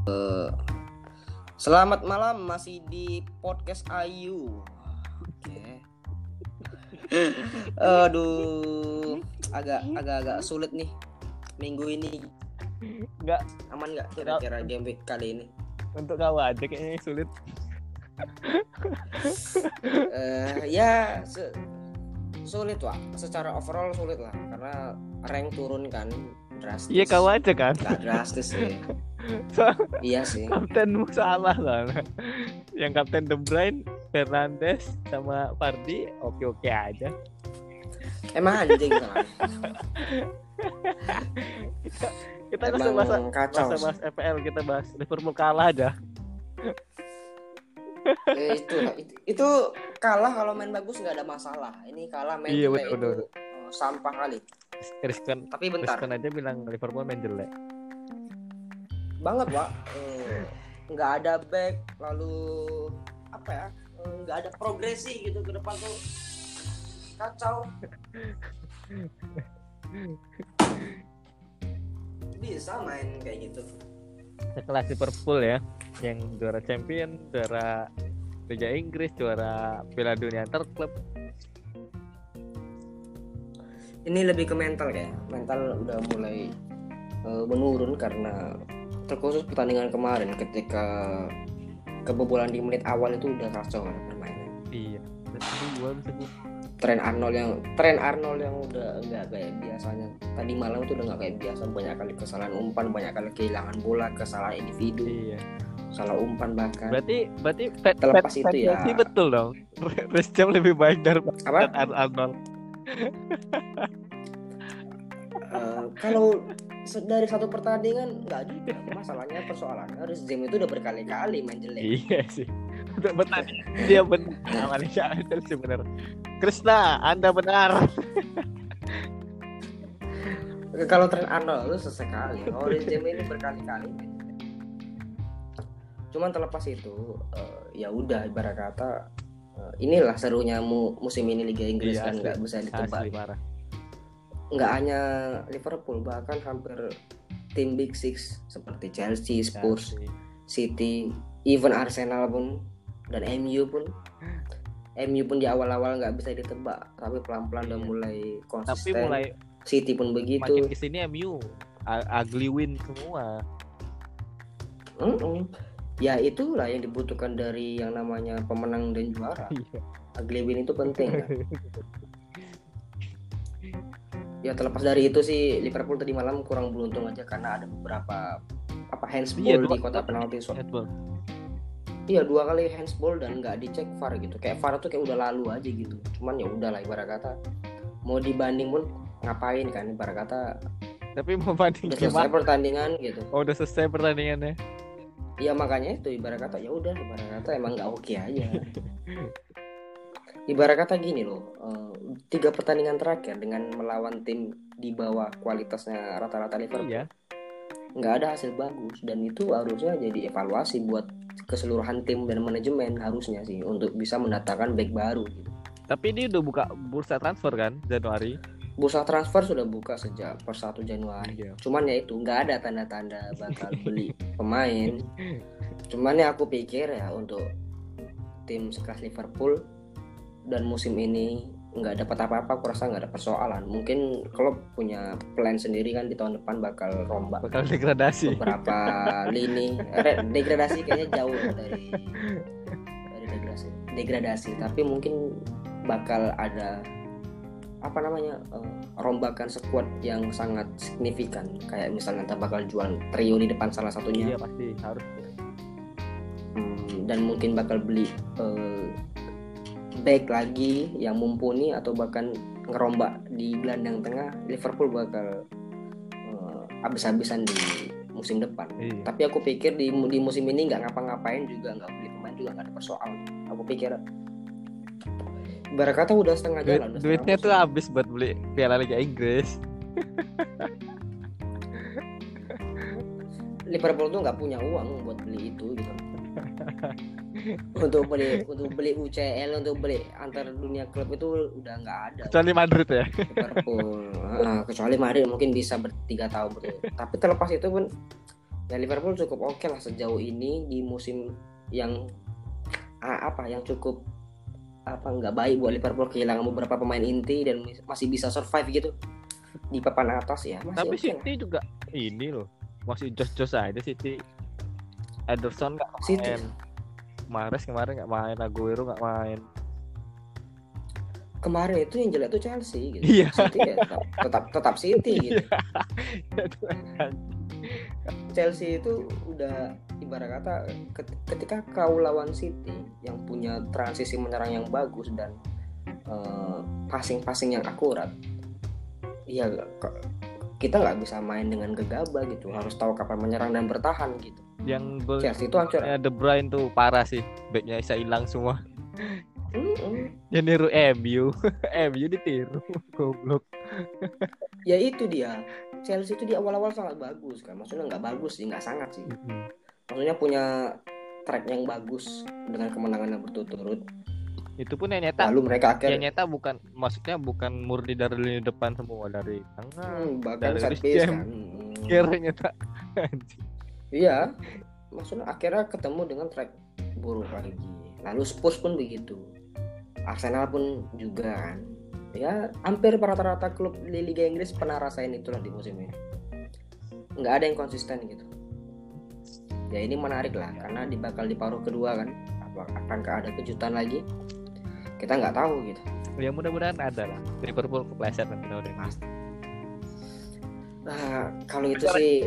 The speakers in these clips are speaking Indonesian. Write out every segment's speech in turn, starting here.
Selamat malam, masih di podcast Ayu. Oke. Aduh, agak sulit nih minggu ini. Enggak, Aman nggak kira-kira game week kali ini? untuk kau aja kayaknya sulit. Sulit Wak. Secara overall sulit lah, karena rank turun kan drastis. Iya kau aja kan. Nggak drastis sih. Iya sih. Kaptenmu salah soalnya. Yang kapten De Bruyne, Fernandes sama Vardy oke aja. Emang anjing salah. Kita nggak usah bahas FPL, kita bahas Liverpool kalah aja. Itu kalah kalau main bagus nggak ada masalah. Ini kalah main jelek itu sampah kali. Riskan. Tapi bentar. Riskan aja bilang Liverpool main jelek. Banget Wak. Nggak ada back, lalu apa ya? Nggak ada progresi gitu ke depan tuh. Kacau. Bisa main kayak gitu. Sekelas Liverpool ya, yang juara champion, juara Liga Inggris, juara Piala Dunia antar klub. Ini lebih ke mental kayak. Mental udah mulai menurun karena terkhusus pertandingan kemarin ketika kebobolan di menit awal itu udah kacau kan permainan. Iya. Gua bisa Tren Arnold yang udah nggak kayak biasanya. Tadi malam itu udah nggak kayak biasa, banyak kali kesalahan umpan, banyak kali kehilangan bola, kesalahan individu, salah umpan bahkan. Berarti terlepas itu ya. Betul dong. Jam lebih baik dari Arnold. Kalau dari satu pertandingan nggak juga. Masalahnya persoalannya Jam itu udah berkali-kali main jelek. Iya sih. Udah benar. Dia benar. Malaysia itu sih benar. Krisna, Anda benar. Kalau tren Arnold itu sesekali. Kalau Jam ini berkali-kali. Cuman terlepas itu, ya udah ibarat kata inilah serunya musim ini Liga Inggris kan nggak bisa ditebak. Nggak hanya Liverpool, bahkan hampir tim Big Six seperti Chelsea, Spurs, City, even Arsenal pun dan MU pun di awal-awal nggak bisa ditebak, tapi pelan-pelan udah mulai konsisten. Tapi mulai City pun begitu. Makin kesini MU ugly win semua. Ya itulah yang dibutuhkan dari yang namanya pemenang dan juara. Ugly win itu penting kan? Ya terlepas dari itu sih Liverpool tadi malam kurang beruntung aja karena ada beberapa handsball di kotak penalti. Iya 2 kali handsball dan nggak dicek VAR gitu. Kayak VAR tuh kayak udah lalu aja gitu. Cuman ya udahlah ibarat kata mau dibanding pun ngapain kan ibarat kata. Tapi mau banding udah selesai pertandingan gitu. Oh udah selesai pertandingannya. Iya makanya itu ibarat kata ya udah ibarat kata emang nggak oke aja. Ibarat kata gini loh, 3 pertandingan terakhir dengan melawan tim di bawah kualitasnya rata-rata Liverpool, nggak ada hasil bagus dan itu harusnya jadi evaluasi buat keseluruhan tim dan manajemen harusnya sih untuk bisa mendatangkan back baru gitu. Tapi ini udah buka bursa transfer kan Januari? Bursa transfer sudah buka sejak per 1 Januari. Cuman ya itu nggak ada tanda-tanda bakal beli pemain. Cuman ya aku pikir ya untuk tim sekelas Liverpool dan musim ini nggak dapat apa-apa, aku rasa nggak ada persoalan. Mungkin klub punya plan sendiri kan di tahun depan bakal degradasi beberapa lini. Degradasi kayaknya jauh dari degradasi, tapi mungkin bakal ada rombakan skuad yang sangat signifikan, kayak misalnya kita bakal jual trio di depan salah satunya. Iya pasti harus. Dan mungkin bakal beli back lagi yang mumpuni atau bahkan ngerombak di gelandang tengah. Liverpool bakal habis-habisan di musim depan. Tapi aku pikir di musim ini nggak ngapa-ngapain juga, nggak beli pemain juga nggak ada persoalan. Aku pikir ibarat kata udah setengah jalan. Duitnya tuh habis buat beli Piala Liga Inggris. Liverpool tuh nggak punya uang buat beli itu gitu. untuk beli UCL, untuk beli antar dunia klub itu udah nggak ada. Kecuali Madrid ya. Liverpool, kecuali Madrid mungkin bisa 3 tahun betul. Tapi terlepas itu pun Ya Liverpool cukup oke lah sejauh ini di musim yang yang cukup nggak baik buat Liverpool, kehilangan beberapa pemain inti dan masih bisa survive gitu di papan atas ya, masih Tapi oke City lah. juga ini loh, masih jos-jos aja City. Ederson nggak City main, Mahrez kemarin nggak main, Aguero nggak main. kemarin itu yang jelek tuh Chelsea gitu. Iya. City ya tetap City gitu. Chelsea itu udah ibarat kata ketika kau lawan City yang punya transisi menyerang yang bagus dan passing yang akurat, ya kita nggak bisa main dengan gegabah gitu, harus tahu kapan menyerang dan bertahan gitu. Yang Chelsea itu hancur. De Bruyne tuh parah sih, backnya bisa hilang semua. Ya niru MU. MU ditiru, goblok. Ya itu dia, Chelsea itu di awal-awal sangat bagus kan, maksudnya nggak bagus sih, nggak sangat sih, maksudnya punya track yang bagus dengan kemenangan yang berturut-turut. Itu pun yang nyata, lalu mereka akhirnya nyata bukan, maksudnya bukan murni dari lini depan semua, dari tengah, bahkan dari set piece kan. Kira nyata. Iya, maksudnya akhirnya ketemu dengan track buruk lagi. Lalu Spurs pun begitu, Arsenal pun juga kan. Ya hampir rata-rata klub di Liga Inggris pernah rasain itulah di musim ini, nggak ada yang konsisten gitu. Ya ini menarik lah karena bakal di paruh kedua kan, akankah ada kejutan lagi, kita nggak tahu gitu. Ya mudah-mudahan ada lah, Liverpool kepleset nanti tahun ini. Nah kalau itu sih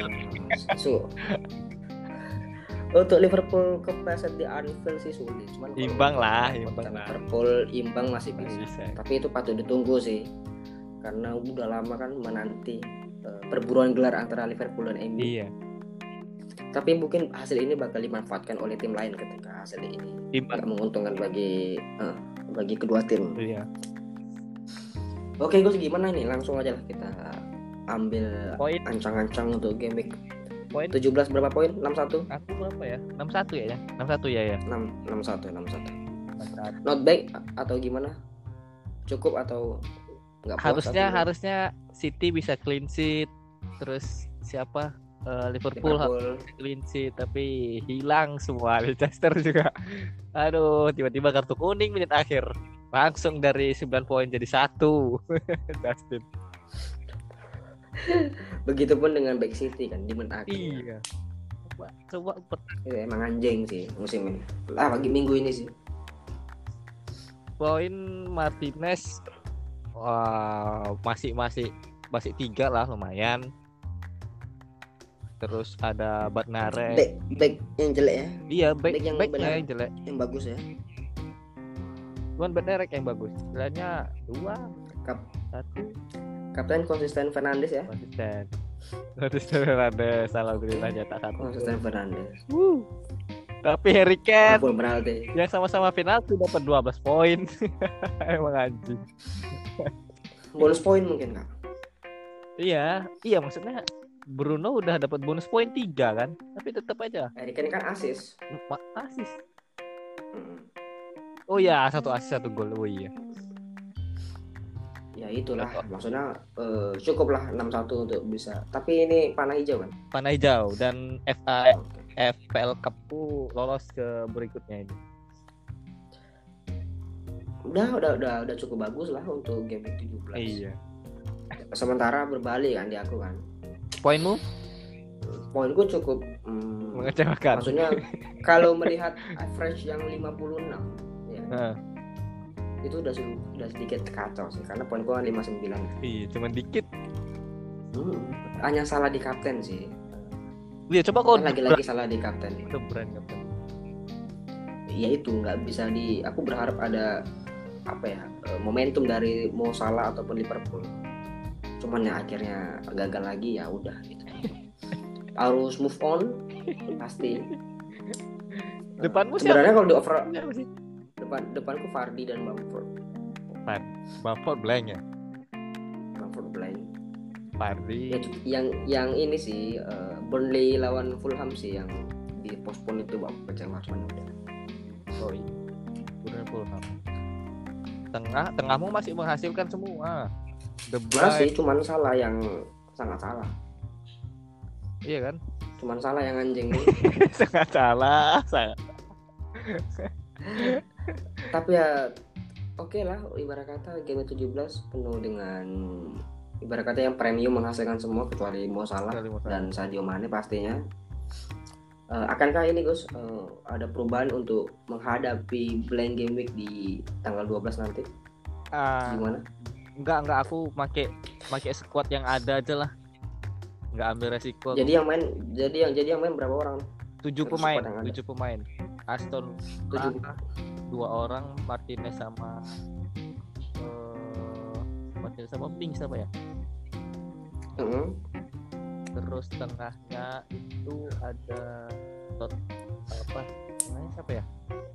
untuk Liverpool kepleset di Anfield sih sulit, cuman imbang lah. Liverpool imbang masih bisa. Tapi itu patut ditunggu sih, karena udah lama kan menanti perburuan gelar antara Liverpool dan MU. Iya. Tapi mungkin hasil ini bakal dimanfaatkan oleh tim lain ketika hasil ini nggak menguntungkan bagi kedua tim. Iya. Oke Gus, gimana nih? Langsung aja lah kita ambil poin ancang-ancang untuk game week poin 17 berapa poin? 61? Aku berapa ya? 61 ya? 61 ya? 61. Not bad atau gimana? Cukup atau nggak puas? Harusnya City bisa clean sheet, terus siapa? Liverpool clean sheet, tapi hilang semua. Leicester juga. Aduh, tiba-tiba kartu kuning menit akhir. Langsung dari 9 poin jadi 1. Justin. Begitupun dengan Back City kan di menit akhir. Iya. Coba ya, emang anjing sih musim ini. Bagi minggu ini sih. Poin Martinez masih 3 lah, lumayan. Terus ada Batnare. Back yang jelek ya. Iya, back yang jelek. Yang bagus ya. Bukan Batnare yang bagus. Istilahnya 2, 1. Kapten konsisten Fernandes ya. Konsisten Fernandes, salah berita cetak 1. Konsisten Fernandes. Tapi Harry Kane yang sama-sama penalti dapat 12 poin. Emang anjing. Bonus poin mungkin nggak? Iya maksudnya Bruno udah dapat bonus poin 3 kan, tapi tetap aja. Harry Kane kan asis. Oh ya, 1 asis 1 gol. Oh iya. Ya itulah, maksudnya cukuplah 6-1 untuk bisa. Tapi ini panah hijau kan? Panah hijau dan FPL Cup lolos ke berikutnya ini. Udah cukup bagus lah untuk game 17. Iya. Sementara berbalik kan di aku kan. Poinmu? Poinku cukup mengecewakan. Maksudnya kalau melihat average yang 56 ya. Itu udah sedikit kacau sih, karena poin gua 59. Iya, cuma dikit. Hanya salah di kapten sih. Iya, coba kau lagi-lagi salah di kapten. Itu brand kapten. Iya itu nggak bisa aku berharap ada momentum dari Mo Salah ataupun Liverpool. Cuman ya akhirnya gagal lagi, ya udah gitu. Harus move on pasti. Depanmu sebenarnya kalau di over depanku Vardy dan Bamford blank ya. Bamford blank. Vardy. Ya, yang ini sih Burnley lawan Fulham sih yang di postpone itu kecewa cuman udah. Oh iya. Burnley Fulham. Tengahmu masih menghasilkan semua. Masih cuman salah yang sangat salah. Iya kan? Cuman salah yang anjing. Sangat salah. Tapi ya oke lah, ibarat kata game 17 penuh dengan ibarat kata yang premium menghasilkan semua kecuali Mo Salah dan Sadio Mane pastinya. Akankah ini Gus ada perubahan untuk menghadapi blank game week di tanggal 12 nanti? Gimana? Enggak aku pakai squad yang ada aja lah. Enggak ambil resiko. Jadi yang main berapa orang? 7 pemain. Aston 7 2 orang, Martinez sama Pink siapa ya? Terus tengahnya itu ada namanya siapa ya?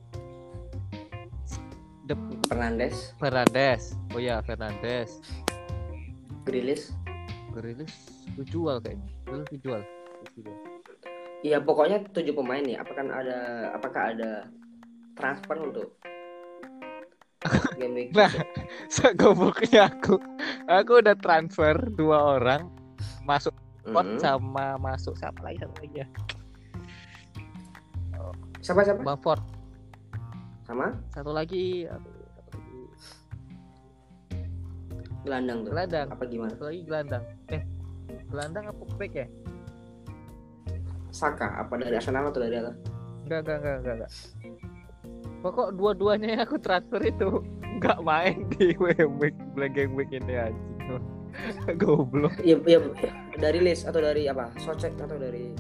Fernandes. Oh ya, Fernandes. Grealish dijual kayaknya. Dijual. Iya, pokoknya 7 pemain nih. Apakah ada transfer untuk game week? Nah, segobloknya aku udah transfer 2 orang masuk sama masuk siapa lagi ya? Siapa? Bamford. Sama? Satu lagi. Gelandang. Apa gimana? Satu lagi gelandang. Gelandang apa back ya? Saka apa dari Arsenal atau dari apa? Enggak. Pokok dua-duanya yang aku transfer itu enggak main di blank game week ini anjing. Goblok. Iya, dari list atau dari apa? Socek atau dari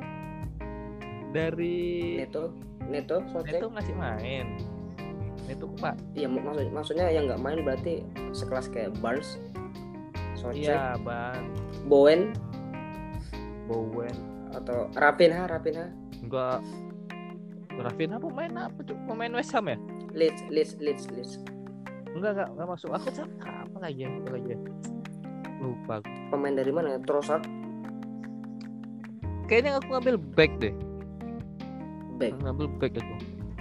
Neto Socek? Neto masih main. Neto Pak. Iya, maksudnya yang enggak main berarti sekelas kayak Barnes, Socek. Iya, Bowen atau Rafinha? Enggak. Rafinha pemain West Ham ya? Leeds. Enggak masuk. Aku apa lagi ya? Lupa. Pemain dari mana? Trossard? Kayaknya aku ngambil back deh. Ngambil back aku.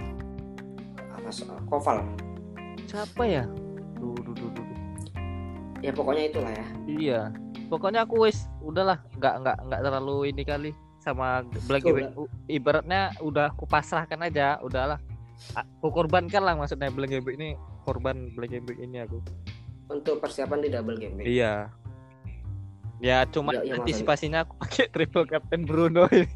Koval. Siapa ya? Duh. Ya pokoknya itulah ya. Iya. Pokoknya aku udahlah, enggak terlalu ini kali sama blank game. Ibaratnya udah aku pasrahkan aja, udahlah. Aku korbankan lah, maksudnya blank game ini, korban blank game ini aku. Untuk persiapan di double game. Iya. Ya cuma antisipasinya aku pakai triple captain Bruno ini.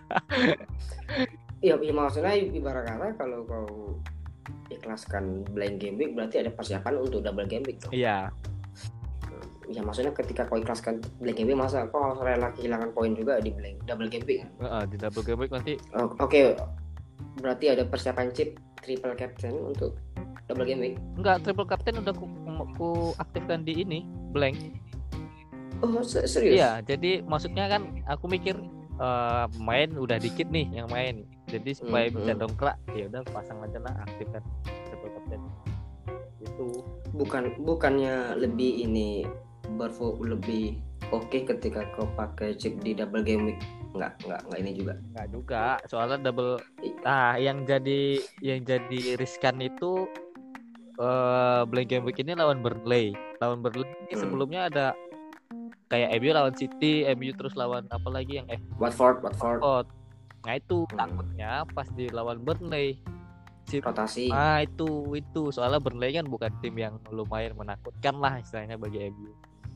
Iya maksudnya ibarat kata kalau kau ikhlaskan blank game week berarti ada persiapan untuk double game week. Iya. Ya maksudnya ketika kau ikhlaskan blank game week masa kau harus rela kehilangan poin juga di double game week kan? Di double game week nanti. Oke. Berarti ada persiapan chip triple captain untuk double game week? Enggak, triple captain udah aku aktifkan di ini blank. Oh serius? Iya, jadi maksudnya kan aku mikir main udah dikit nih yang main, jadi supaya bisa dongkrak, ya udah pasang aja lah, aktifkan triple captain. Itu bukannya lebih ini lebih oke ketika kau pakai chip di double game week? Enggak ini juga. Enggak juga, soalnya double. Yang jadi riskan itu blank game week ini lawan Burnley ini sebelumnya ada kayak MU lawan City, MU terus lawan apa lagi yang Watford. Nah itu takutnya pas di lawan Burnley rotasi. Itu soalnya Burnley kan bukan tim yang lumayan menakutkan lah istilahnya bagi MU.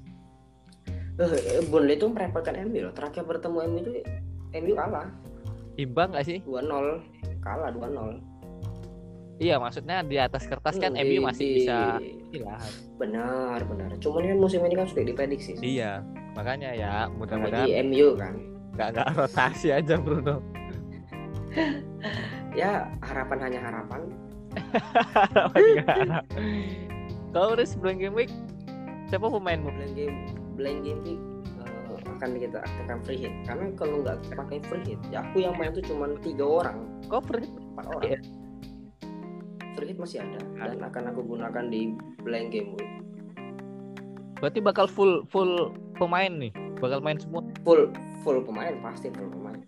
Burnley itu merepotkan MU loh. Terakhir bertemu MU itu MU kalah. Imbang nggak sih? 2-0. Kalah 2-0. Iya, maksudnya di atas kertas kan MU masih bisa hilang. Benar. Cuman kan musim ini kan sudah diprediksi. Iya, makanya ya mudah-mudahan di MU kan nggak rotasi aja Bruno. Ya harapan hanya harapan. Kalau Riz blank game week siapa pemainmu? Blank game week akan kita aktifkan free hit, karena kalau nggak pakai free hit ya aku yang main tuh cuma 3 orang. Kok free hit 4 orang? Yeah. Free hit masih ada dan akan aku gunakan di blank game week. Berarti bakal full pemain nih, bakal main semua. Full pemain, pasti full pemain.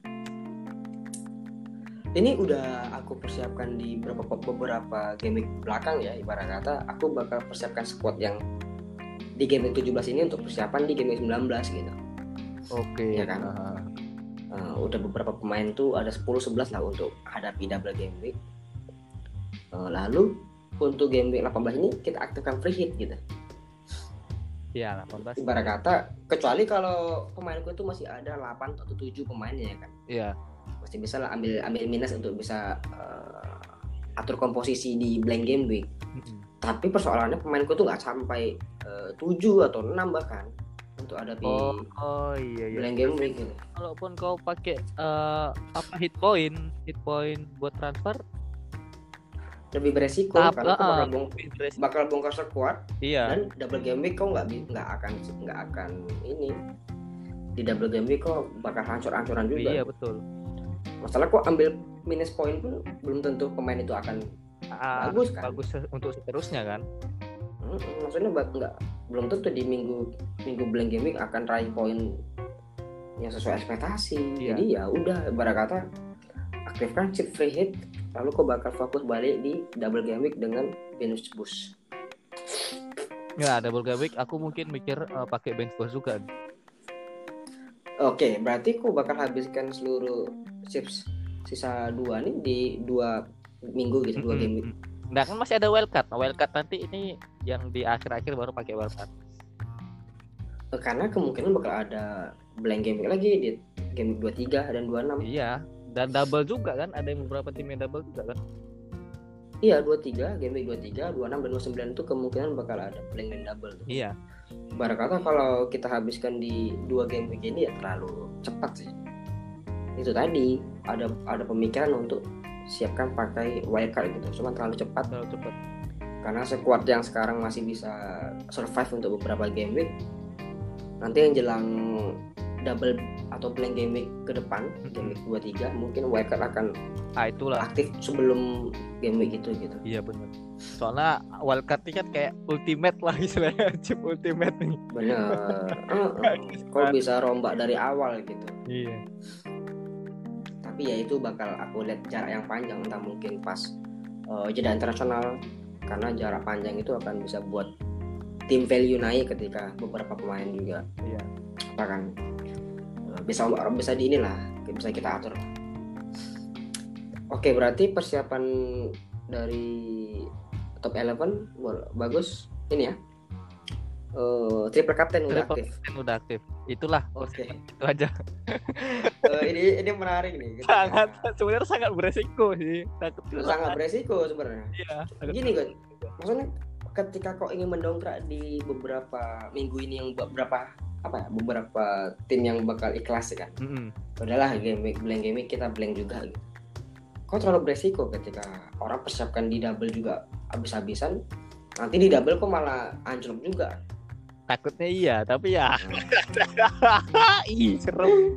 Ini udah aku persiapkan di beberapa game week belakang ya, ibarat kata aku bakal persiapkan squad yang di game week 17 ini untuk persiapan di game week 19 gitu. Oke. Ya kan? udah beberapa pemain tuh ada 10-11 lah untuk hadapi double game week. Lalu untuk game week 18 ini kita aktifkan free hit gitu. Iya, 18. Ibarat kata, kecuali kalau pemainku itu masih ada 8 atau 7 pemainnya kan. Iya. Masih bisa lah ambil minus untuk bisa atur komposisi di blank game week. Tapi persoalannya pemainku tuh nggak sampai 7 atau 6 bahkan untuk hadapi iya. blank game week gitu. Walaupun kau pakai hit point buat transfer lebih beresiko karena bakal bongkar squad. Iya. Dan double game week kau nggak akan ini di double game week kau bakal hancur-hancuran juga. Iya betul. Masalah kok ambil minus poin pun belum tentu pemain itu akan bagus kan. Bagus untuk seterusnya kan. Maksudnya belum tentu di minggu blank game week akan raih poin yang sesuai ekspektasi. Iya. Jadi ya udah ibarat kata aktifkan chip free hit, lalu kau bakal fokus balik di double game week dengan bench boost. Ya, double game week aku mungkin mikir pakai bench boost juga. Oke, berarti kau bakal habiskan seluruh chips sisa 2 nih di 2 minggu gitu, 2 game week. Nah, kan masih ada wildcard. Wildcard nanti ini yang di akhir-akhir baru pakai wildcard. Karena kemungkinan bakal ada blank game week lagi di game week 23 dan 26. Iya. Dan double juga kan, ada yang beberapa tim yang double juga kan. Iya, 23, game week 23, 26 dan 29 itu kemungkinan bakal ada blank dan double tuh. Iya. Ibarat kata kalau kita habiskan di 2 game week ini ya terlalu cepat sih. Itu tadi ada pemikiran untuk siapkan pakai wildcard gitu, cuma terlalu cepat. Karena squad yang sekarang masih bisa survive untuk beberapa game week, nanti yang jelang double atau blank game week ke depan, game week 23 mungkin wildcard akan aktif sebelum game week itu gitu. Iya benar. Soalnya wildcard ini kan kayak ultimate lah istilahnya, chip ultimate nih. Bener. Kok bisa rombak dari awal gitu. Iya. Tapi ya itu bakal aku lihat jarak yang panjang, entah mungkin pas jeda internasional, karena jarak panjang itu akan bisa buat tim value naik ketika beberapa pemain juga. Iya. Apa kan? Bisa di inilah, bisa kita atur. Oke, berarti persiapan dari top 11 bagus ini ya. Triple captain udah aktif. Itulah. Oke. Itu aja. Ini menarik nih. Sebenarnya sangat beresiko sih. Sangat beresiko sebenarnya. Iya. Gini kan, maksudnya ketika kau ingin mendongkrak di beberapa minggu ini yang beberapa tim yang bakal ikhlas kan. Udahlah blank game kita blank juga gitu. Kau terlalu beresiko ketika orang persiapkan di double juga habis-habisan, nanti di double kok malah anjlok juga. Takutnya iya, tapi ya seru.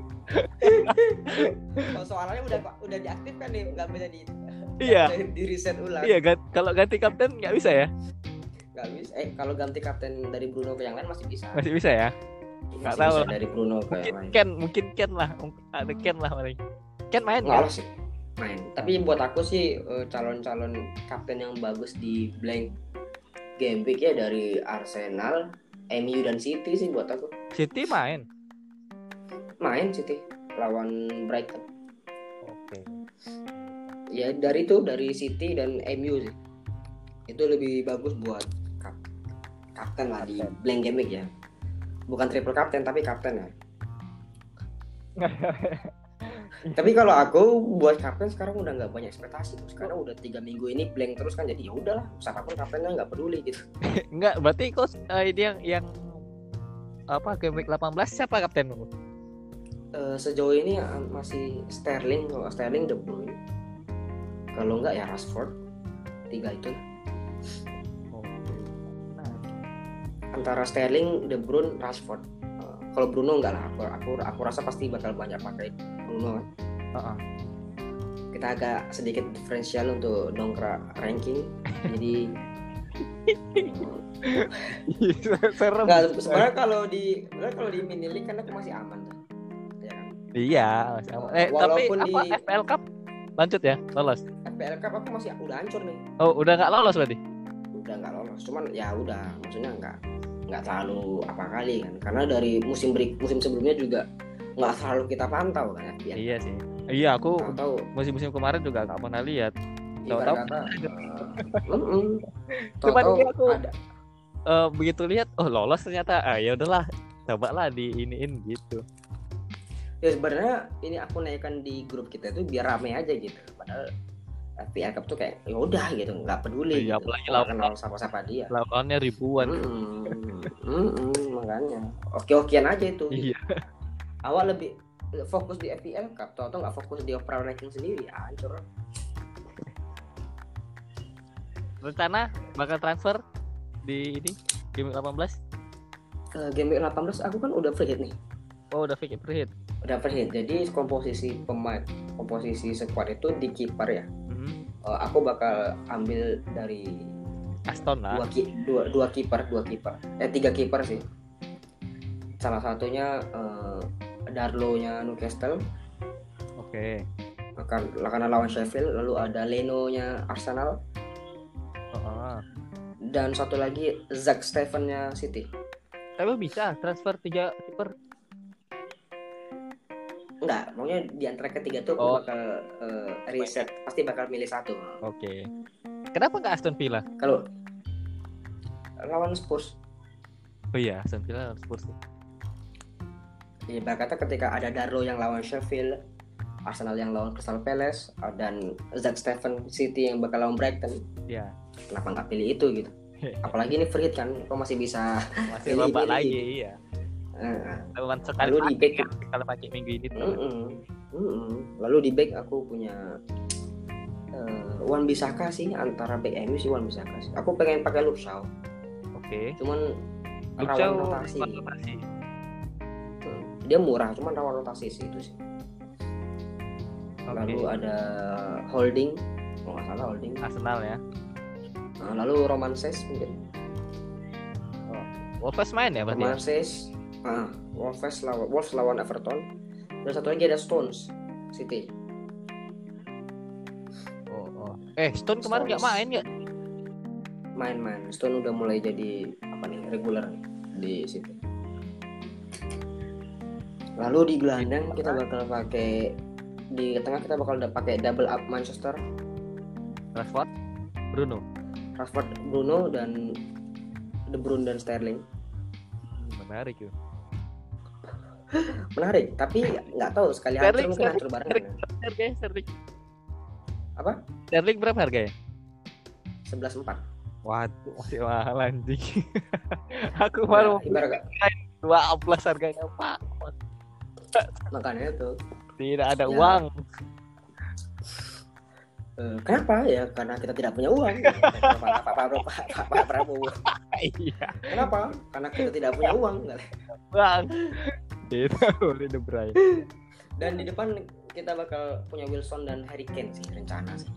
Soalnya udah diaktifkan nih, nggak bisa di reset ulang. Iya, kalau ganti kapten nggak bisa ya? Nggak bisa. Kalau ganti kapten dari Bruno ke yang lain masih bisa. Masih bisa ya? Nggak tahu. Dari Bruno ke yang lain. Mungkin Ken lah, ada Ken lah paling. Ken main nggak sih? Main. Tapi buat aku sih calon-calon kapten yang bagus di blank game week ya dari Arsenal, MU dan City sih buat aku. City main City lawan Brighton. Oke. Ya dari City dan MU sih. Itu lebih bagus buat kapten lah di blank game week ya. Bukan triple kapten tapi kapten ya. Tapi kalau aku buat kapten sekarang udah nggak banyak ekspektasi tuh. Sekarang udah 3 minggu ini blank terus kan, jadi ya udahlah, siapapun kaptennya nggak peduli gitu. Enggak, berarti kok ini yang game week 18 siapa kaptenmu? Sejauh ini masih Sterling, kalau Sterling De Bruyne. Kalau enggak ya Rashford. 3 itu. Antara Sterling, De Bruyne, Rashford. Kalau Bruno enggak lah, aku rasa pasti bakal banyak pakai Bruno kan. Kita agak sedikit diferensial untuk dongkrak ranking. Jadi serem. Sebenarnya kalau di mini league kan aku masih aman tuh. Ya kan? Iya, masih aman. Tapi FPL Cup lanjut ya, lolos. FPL Cup aku masih udah hancur nih. Oh, udah enggak lolos berarti? Udah enggak lolos. Cuman ya udah, maksudnya enggak terlalu apa kali kan, karena dari musim sebelumnya juga nggak selalu kita pantau kan FPL. Iya sih. Iya, aku tahu musim-musim kemarin juga nggak pernah lihat. Tahu-tahu cuman ini aku ada begitu lihat, oh lolos ternyata, ya udahlah, cobalah di iniin gitu. Ya sebenarnya ini aku naikkan di grup kita itu biar rame aja gitu. Padahal FPL Cup tuh kayak ya udah gitu, nggak peduli gitu. Apalagi kenal siapa dia. Lawannya ribuan. Makanya oke-okean aja itu. Iya. Awal lebih fokus di FPL Cup, atau nggak fokus di overall ranking sendiri, hancur. Rencana bakal transfer di ini game 18? Game 18 aku kan udah free hit nih. Oh, udah free hit. Udah free hit. Jadi komposisi squad itu di kiper ya. Aku bakal ambil dari Aston lah. Dua kiper. 3 kiper sih. Salah satunya Darlow-nya Newcastle. Oke. Karena lawan Sheffield. Lalu ada Leno-nya Arsenal. Dan satu lagi Zack Steffen-nya City. Tapi bisa transfer 3 kiper? Enggak, maunya di antara ketiga tuh aku bakal riset, pasti bakal milih satu. Oke. Kenapa nggak Aston Villa? Kalau lawan Spurs. Oh iya, Aston Villa lawan Spurs. Iya, berkata ketika ada Darlow yang lawan Sheffield, Arsenal yang lawan Crystal Palace, dan Zack Steffen City yang bakal lawan Brighton. Iya. Kenapa nggak pilih itu gitu? Apalagi ini free hit kan, kok masih bisa babak lagi, iya. Lalu di back kalau pakai minggu ini tuh. Lalu di back aku punya Wan Bissaka sih, antara back MU sih Wan Bissaka sih. Aku pengen pakai Luke Shaw. Oke. Cuman rawan rotasi. Dia murah, cuman rawan rotasi sih itu sih. Lalu ada Holding, nggak salah Holding. Arsenal ya. Lalu Roman Says mungkin. Wolves main ya berarti? Roman Says. Wolves lawan Everton. Dan satu lagi ada Stones City. Stone kemarin nggak main ya? Main. Stone udah mulai jadi reguler di City. Lalu di gelandang kita bakal pakai, di tengah kita bakal pakai double up Manchester. Rashford, Bruno dan De Bruyne dan Sterling. Menarik ya. Menarik, tapi nggak tahu sekali hancur mungkin hancur barengan. Sterling. Apa? Sterling berapa harganya? 11.4. Waduh, masih mahal anjing. Aku baru ibarat 12 harganya, Pak. Makanya itu tidak ada uang. Kenapa ya? Karena kita tidak punya uang. Pak Prabowo. Iya. Kenapa? Karena kita tidak punya uang. Bang. Itu udah berai. Dan di depan kita bakal punya Wilson dan Harry Kane sih, rencana sih.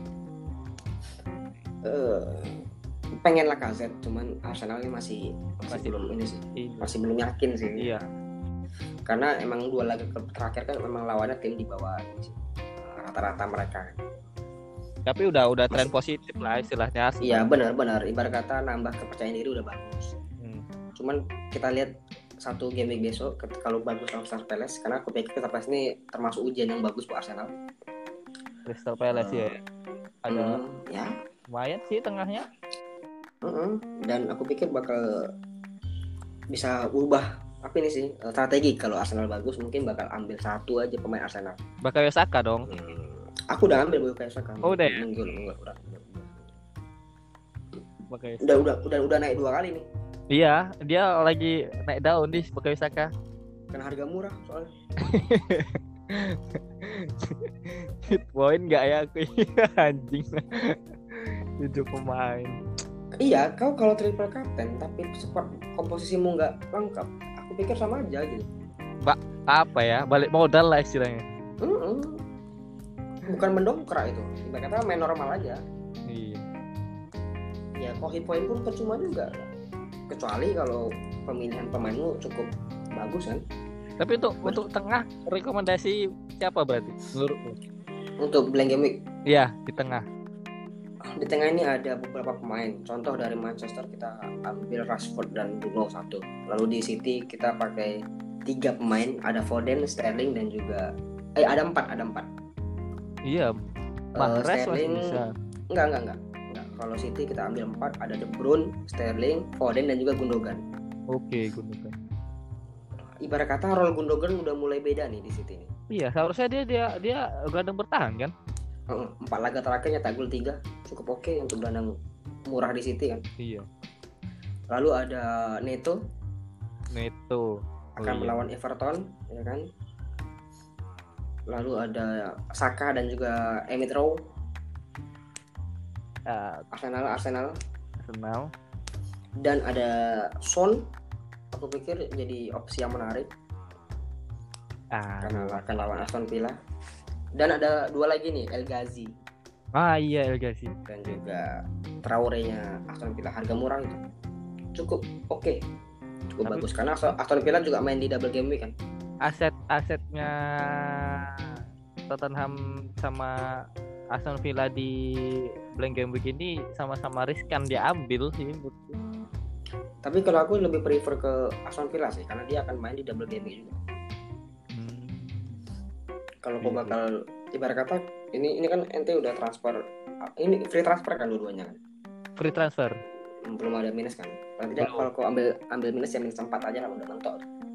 Pengen Lacazette, cuman Arsenal ini masih belum ini sih. Masih belum yakin sih. Iya. Karena emang 2 laga terakhir kan memang lawannya tim di bawah ini sih. Rata-rata mereka. Tapi udah tren positif lah istilahnya. Iya benar. Ibarat kata nambah kepercayaan diri udah bagus. Cuman kita lihat satu game week besok kalau bagus lawan Crystal Palace, karena aku pikir Crystal Palace ini termasuk ujian yang bagus buat Arsenal. Crystal Palace ya. Ada ya lumayan sih tengahnya. Dan aku pikir bakal bisa ubah apa ini sih strategi. Kalau Arsenal bagus mungkin bakal ambil satu aja pemain Arsenal. Bukayo Saka dong. Aku udah ambil Bukayo Saka. Oh udah ya? Udah naik 2 kali nih. Iya, dia lagi naik daun di Bukayo Saka. Karena harga murah soalnya. Poin nggak ya aku? Anjing. 7 pemain. Iya, kau kalau triple captain tapi komposisimu nggak lengkap, aku pikir sama aja gitu. Apa ya? Balik modal lah istilahnya. Bukan mendongkrak itu. Ibarat kata main normal aja. Iya. Ya, kok hit point pun percuma juga. Kecuali kalau pemilihan pemainmu cukup bagus kan. Tapi untuk tengah rekomendasi siapa berarti menurutmu? Untuk blank game week? Iya, di tengah. Di tengah ini ada beberapa pemain. Contoh dari Manchester kita ambil Rashford dan Bruno 1. Lalu di City kita pakai 3 pemain, ada Foden, Sterling dan juga ada 4. Iya. Mahrez Sterling masih bisa. Enggak. Kalau City kita ambil 4, ada De Bruyne, Sterling, Foden dan juga Gundogan. Oke, Gundogan. Ibarat kata role Gundogan udah mulai beda nih di City nih. Iya, seharusnya dia gelandang bertahan kan? 4 laga terakhir nyetak gol 3, cukup oke untuk gelandang murah di City kan. Iya. Lalu ada Neto akan melawan Everton, ya kan. Lalu ada Saka dan juga Emil Rowe. Arsenal. Dan ada Son. Aku pikir jadi opsi yang menarik. Karena akan lawan Aston Villa. Dan ada 2 lagi nih, El Ghazi. Iya, El Ghazi. Dan juga Traore-nya Aston Villa, harga murah itu. Cukup oke. Cukup bagus karena Aston Villa juga main di double game week kan. Asetnya Tottenham sama Aston Villa di blank game week ini sama-sama riskan diambil sih. Tapi kalau aku lebih prefer ke Aston Villa sih, karena dia akan main di double game week juga. Kalau kau bakal ibarat kata ini kan ente udah transfer, ini free transfer kan dua-duanya kan? Free transfer. Belum ada minus kan? Berarti kalau kau ambil minus ya minus 4 aja lah, udah mentok.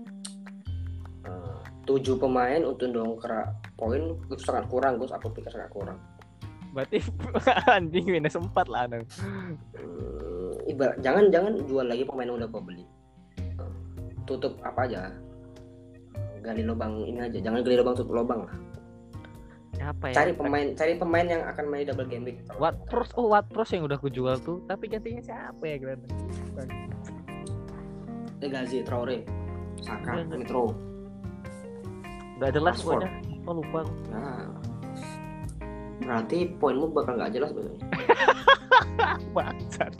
7 pemain untuk dongkrak poin itu sangat kurang, Gus. Aku pikir sangat kurang. Berarti anjing minus 4 lah Anang. Ibarat jangan jual lagi pemain yang udah kau beli. Tutup apa aja? Gali lubang ini aja, jangan gali lubang tutup lubang lah. Apa ya? Cari pemain yang akan main double game week. Watpros yang udah aku jual tuh, tapi gantinya siapa ya gelandang? Ghazi, Traore, Saka, Metro. Gak jelas pokoknya. Lupa. Nah, berarti poinmu bakal nggak jelas sebenarnya. Bangsat.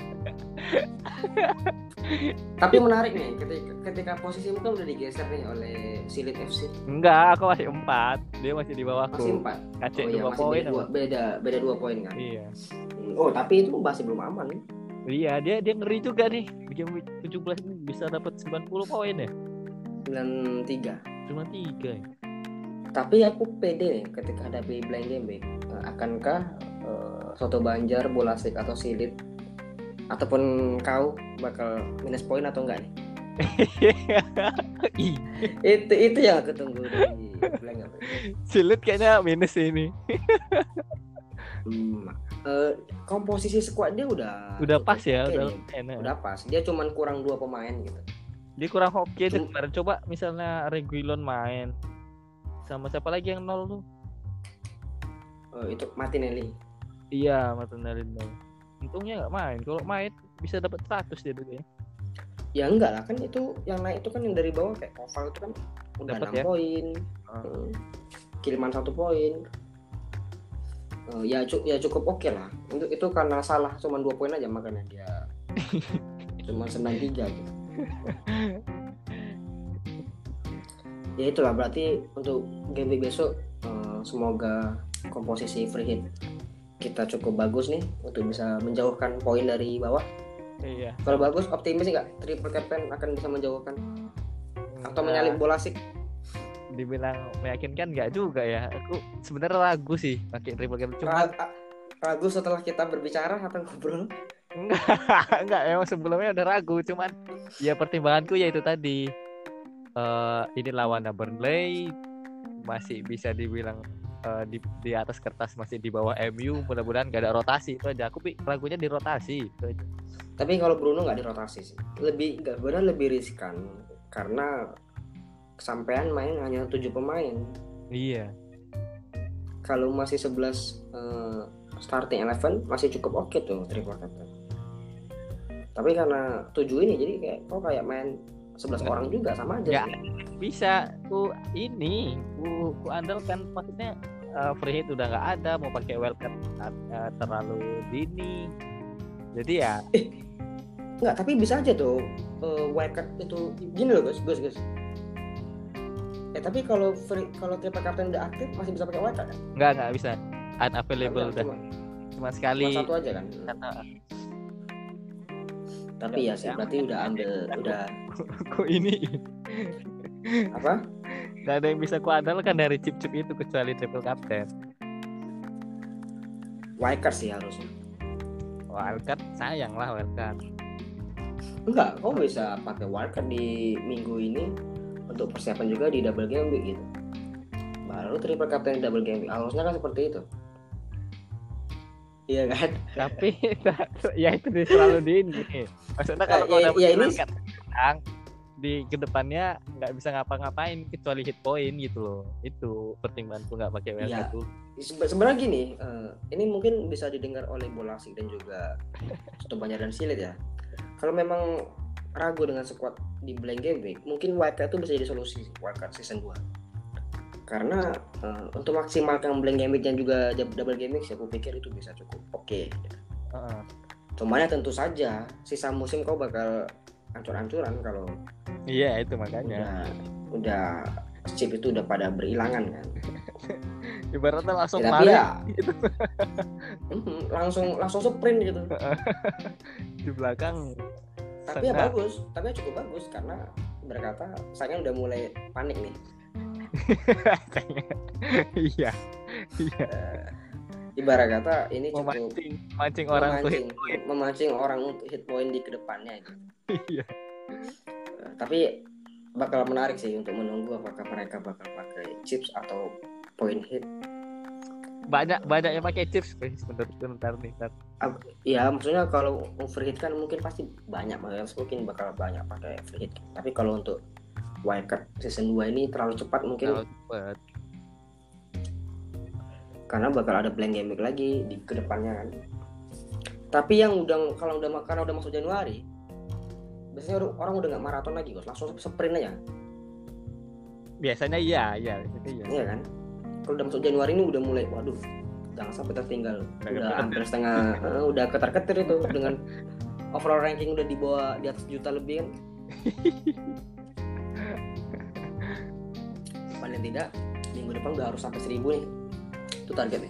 Tapi menarik nih, ketika posisimu kan udah digeser nih oleh Silit FC. Enggak, aku masih 4. Dia masih di bawahku. Masih 4. Kacek 2 poin. Beda 2 poin kan? Iya. Tapi itu masih belum aman nih. Iya, dia ngeri juga nih. Game 17 ini bisa dapat 90 poin ya. 93. Cuma 3 ya. Tapi aku pede nih ketika hadapi blind game week. Akankah Soto Banjar, Bolasik atau Silit ataupun kau bakal minus poin atau enggak nih? itu yang aku tunggu dari blind game week. Silit kayaknya minus ini. Komposisi squad dia udah pas ya, udah enak. Udah pas. Dia cuman kurang 2 pemain gitu. Dia kurang hoki deh kemarin. Coba misalnya Reguilon main. Sama siapa lagi yang 0 tuh? Itu Martinelli. Iya, Martinelli 0. Untungnya nggak main. Kalau main bisa dapat 100 dia dulu ya. Ya enggak lah, kan itu yang naik itu kan yang dari bawah kayak Koval itu kan udah dapet 6 poin. Kiriman 1 poin. Ya cukup oke lah. Untuk itu karena salah cuma 2 poin aja makanya dia cuma 93 gitu. Ya itulah berarti untuk game week besok semoga komposisi free hit kita cukup bagus nih untuk bisa menjauhkan poin dari bawah. Iya. Kalau bagus optimis nggak triple captain akan bisa menjauhkan atau menyalip Bolasik? Dibilang meyakinkan nggak juga ya. Aku sebenarnya ragu sih pakai triple captain. Cuma ragu setelah kita berbicara atau ngobrol? Enggak, emang sebelumnya udah ragu. Cuman ya pertimbanganku ya itu tadi. Ini lawan Burnley masih bisa dibilang di atas kertas masih di bawah MU, mudah-mudahan gak ada rotasi itu aja. Aku ragunya di rotasi itu aja. Tapi kalau Bruno nggak dirotasi sih, lebih riskan karena kesampaian main hanya 7 pemain. Iya. Kalau masih 11 starting 11 masih cukup oke tuh triple captain. Tapi karena 7 ini jadi kayak main 11 orang juga sama aja. Ya, bisa. Ku andalkan maksudnya free hit udah nggak ada, mau pakai wildcard terlalu dini. Jadi ya nggak, tapi bisa aja tuh wildcard itu gini loh guys. Tapi kalau triple captain udah aktif masih bisa pakai wildcard kan? Nggak bisa. Unavailable udah. Cuma sekali. Cuma 1 aja kan. Tapi ya sih berarti udah ambil udah kok ini Apa? Gak ada yang bisa kuandalkan dari chip-chip itu kecuali triple captain. Wildcard sih harusnya. Wildcard sayang lah wildcard. Enggak, kau bisa pakai wildcard di minggu ini untuk persiapan juga di double game week gitu. Baru triple captain double game week. Harusnya kan seperti itu. Iya kan? Tapi ya itu selalu di ini. Maksudnya kalau kau dapat wildcard sekarang, di kedepannya nggak bisa ngapa-ngapain kecuali hit point gitu loh. Itu pertimbanganku nggak pakai wildcard tuh. Sebenarnya gini, ini mungkin bisa didengar oleh Bolasik dan juga Soto Banjar dan Silit ya. Kalau memang ragu dengan squad di blank game week, mungkin wildcard itu bisa jadi solusi wildcard season 2. Karena untuk maksimalkan blank game week dan juga double game week, aku pikir itu bisa cukup oke. Cuman ya tentu saja sisa musim kau bakal ancur-ancuran kalau itu makanya udah chip itu udah pada berilangan kan. Ibaratnya langsung lari gitu. langsung sprint gitu di belakang. Tapi ya bagus, tapi cukup bagus karena berkata sayang udah mulai panik nih. Iya. Ibarat kata ini cukup memancing orang untuk hit point di kedepannya gitu. Iya. Tapi bakal menarik sih untuk menunggu apakah mereka bakal pakai chips atau point hit. Banyak yang pakai chips menurutku ntar. Ya maksudnya kalau overhit kan mungkin pasti banyak, mungkin bakal banyak pakai overhit. Tapi kalau untuk wildcard season 2 ini terlalu cepat mungkin. Karena bakal ada blank game week lagi di kedepannya kan. Tapi yang karena udah masuk Januari, biasanya orang udah nggak maraton lagi, langsung sprint aja. Biasanya iya kan. Kalau udah masuk Januari ini udah mulai, waduh, jangan sampai tertinggal. Udah hampir setengah, udah ketar-ketir itu dengan overall ranking udah di bawah di atas juta lebih kan. Paling tidak minggu depan udah harus sampai 1000 nih. Itu targetnya.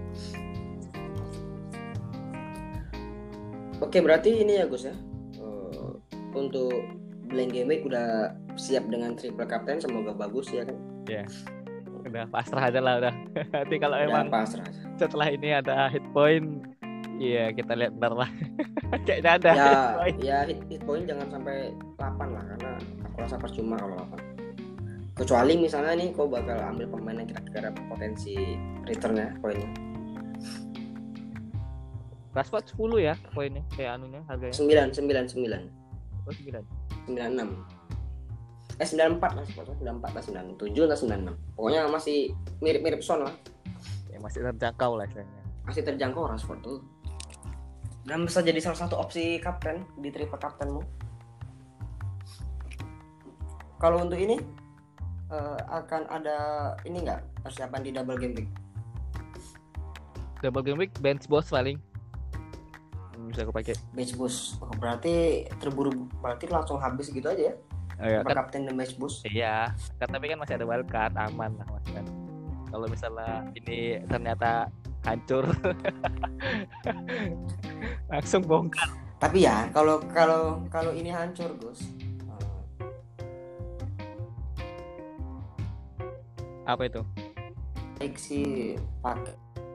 Oke, berarti ini ya Gus ya. Untuk blank game week udah siap dengan triple captain, semoga bagus ya kan. Iya. Udah pasrah aja lah udah. Nanti kalau emang pasrah aja. Setelah ini ada hit point, iya kita lihat ntar lah. Kayaknya ada. Hit point jangan sampai 8 lah, karena aku rasa percuma kalau 8. Kecuali misalnya nih kau bakal ambil pemain yang kira-kira potensi returnnya poinnya. Rashford 10 ya poinnya, kayak anunya harganya. 9. Oh 9. 96. 94 lah, 94 lah, 97 lah, 96. Pokoknya masih mirip-mirip Son lah. Ya masih terjangkau lah istilahnya. Masih terjangkau Rashford tuh. Dan bisa jadi salah satu opsi kapten di triple kaptenmu. Kalau untuk ini akan ada ini nggak persiapan di double game week? Double game week bench boost paling bisa aku pakai. Bench boost, berarti langsung habis gitu aja ya? Kan, kapten dan bench boost? Iya, kan tapi kan masih ada wildcard, aman lah mas kan. Kalau misalnya ini ternyata hancur, langsung bongkar. Tapi ya kalau ini hancur Gus. Apa itu? Baik sih pakai.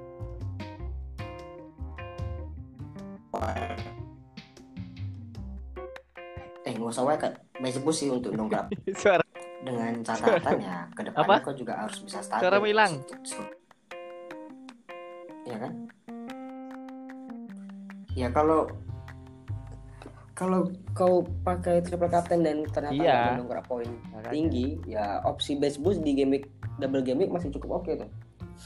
Nggak usah wildcard, bench boost sih untuk dongkrak. Dengan catatan ya ke depan kau juga harus bisa stabil. Suara hilang. Ya kan? Ya kalau kau pakai triple captain dan ternyata dongkrak poin tinggi, ya opsi bench boost di game week double game week masih cukup oke tuh.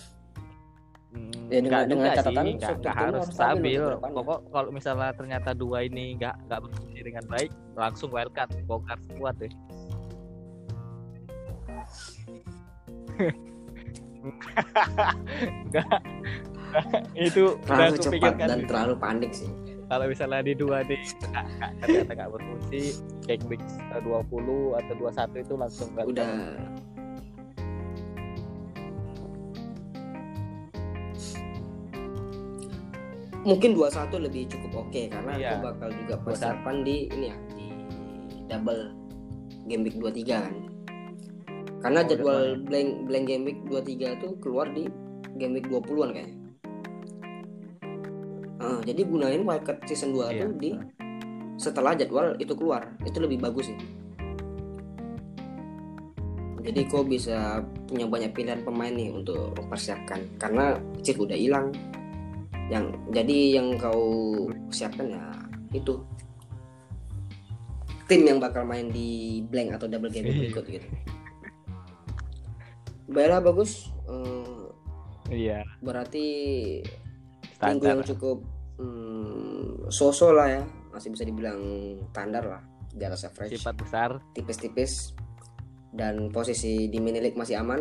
Ya dengan catatan nggak harus stabil. Pokok kalau misalnya ternyata dua ini nggak berfungsi dengan baik, langsung wildcard, bongkar squad deh. Enggak. Itu terlalu cepat dan terlalu panik sih. Kalau misalnya di dua nih ternyata nggak berfungsi, game week 20 atau 21 itu langsung nggak udah. Mungkin 21 lebih cukup oke karena aku bakal juga persiapan di ini ya, di double game week 23 kan. Karena jadwal blank game week 23 tuh keluar di game week 20-an kayaknya. Jadi gunain wildcard season 2 tuh di setelah jadwal itu keluar. Itu lebih bagus sih. Jadi kau bisa punya banyak pilihan pemain nih untuk mempersiapkan. Karena cheat udah hilang. Yang kau siapkan ya itu tim yang bakal main di blank atau double game berikut gitu. Baiklah, bagus. Berarti standar minggu yang cukup so-so lah ya, masih bisa dibilang standar lah, di atas average. Sifat besar, tipis-tipis, dan posisi di mini league masih aman.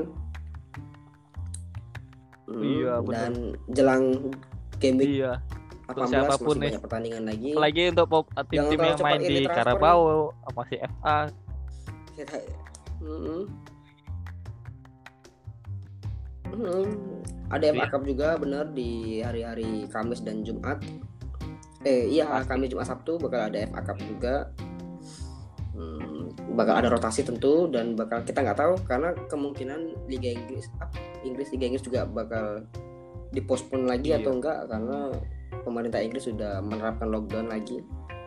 Dan jelang game week 18 masih banyak pertandingan lagi. Apalagi untuk tim-tim yang main di Carabao, masih FA. Ada FA Cup juga benar di hari-hari Kamis dan Jumat. Kamis, Jumat, Sabtu bakal ada FA Cup juga. Bakal ada rotasi tentu, dan bakal kita nggak tahu karena kemungkinan Liga Inggris juga bakal dipospon lagi atau enggak, karena pemerintah Inggris sudah menerapkan lockdown lagi.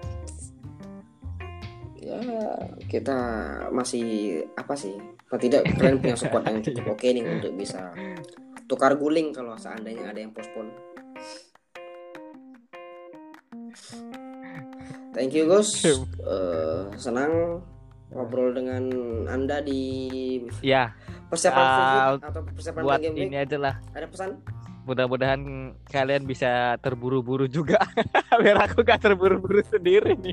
Ya kita masih tidak, kalian punya squad yang cukup oke nih untuk bisa tukar guling kalau seandainya ada yang pospon. Thank you Gus, senang ngobrol dengan Anda di persiapan atau persiapan buat game week. Ini aja lah. Ada pesan? Mudah-mudahan kalian bisa terburu-buru juga biar aku gak terburu-buru sendiri nih.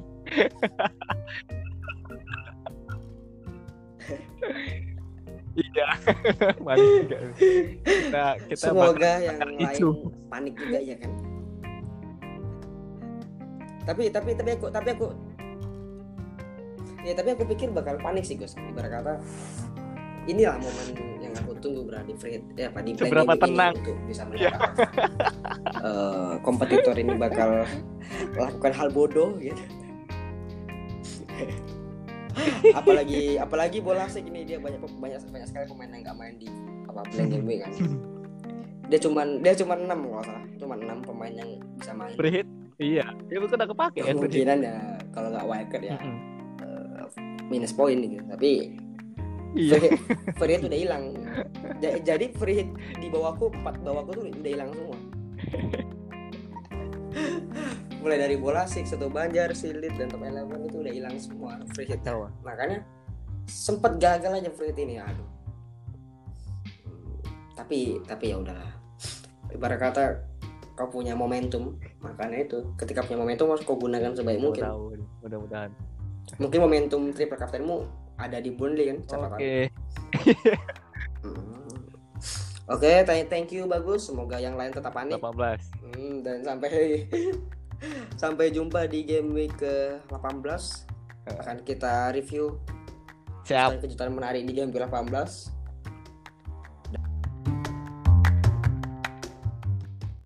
Iya, panik juga. Kita semoga yang lain panik juga ya kan. Tapi aku pikir bakal panik sih Gus. Ibarat kata inilah momen yang aku tunggu berada di free hit di seberapa tenang untuk bisa melihat kompetitor ini bakal lakukan hal bodoh gitu. apalagi bola asik ini, dia banyak sekali pemain yang nggak main di blank game week kan. Dia cuma 6 kalau salah, cuma 6 pemain yang bisa main free hit. Iya, dia bukan udah kepake kan. Kemungkinan ya kalau nggak wildcard ya minus poin gitu. Tapi free hit udah hilang. Jadi free hit di bawahku 4 bawahku tuh udah hilang semua. Mulai dari bola asik, Soto Banjar, Silit, dan Top 11 itu udah hilang semua free hit. Makanya sempet gagal aja free hit ini, aduh. Tapi ya udahlah. Ibarat kata kau punya momentum, makanya itu ketika punya momentum harus kau gunakan sebaik mungkin. Mudah-mudahan. Mungkin momentum triple captainmu ada di Burnley kan, siapa tahu. Oke, thank you bagus. Semoga yang lain tetap panik. 18. Dan sampai jumpa di game week ke-18. Akan kita review kejutan menarik di game ke-18.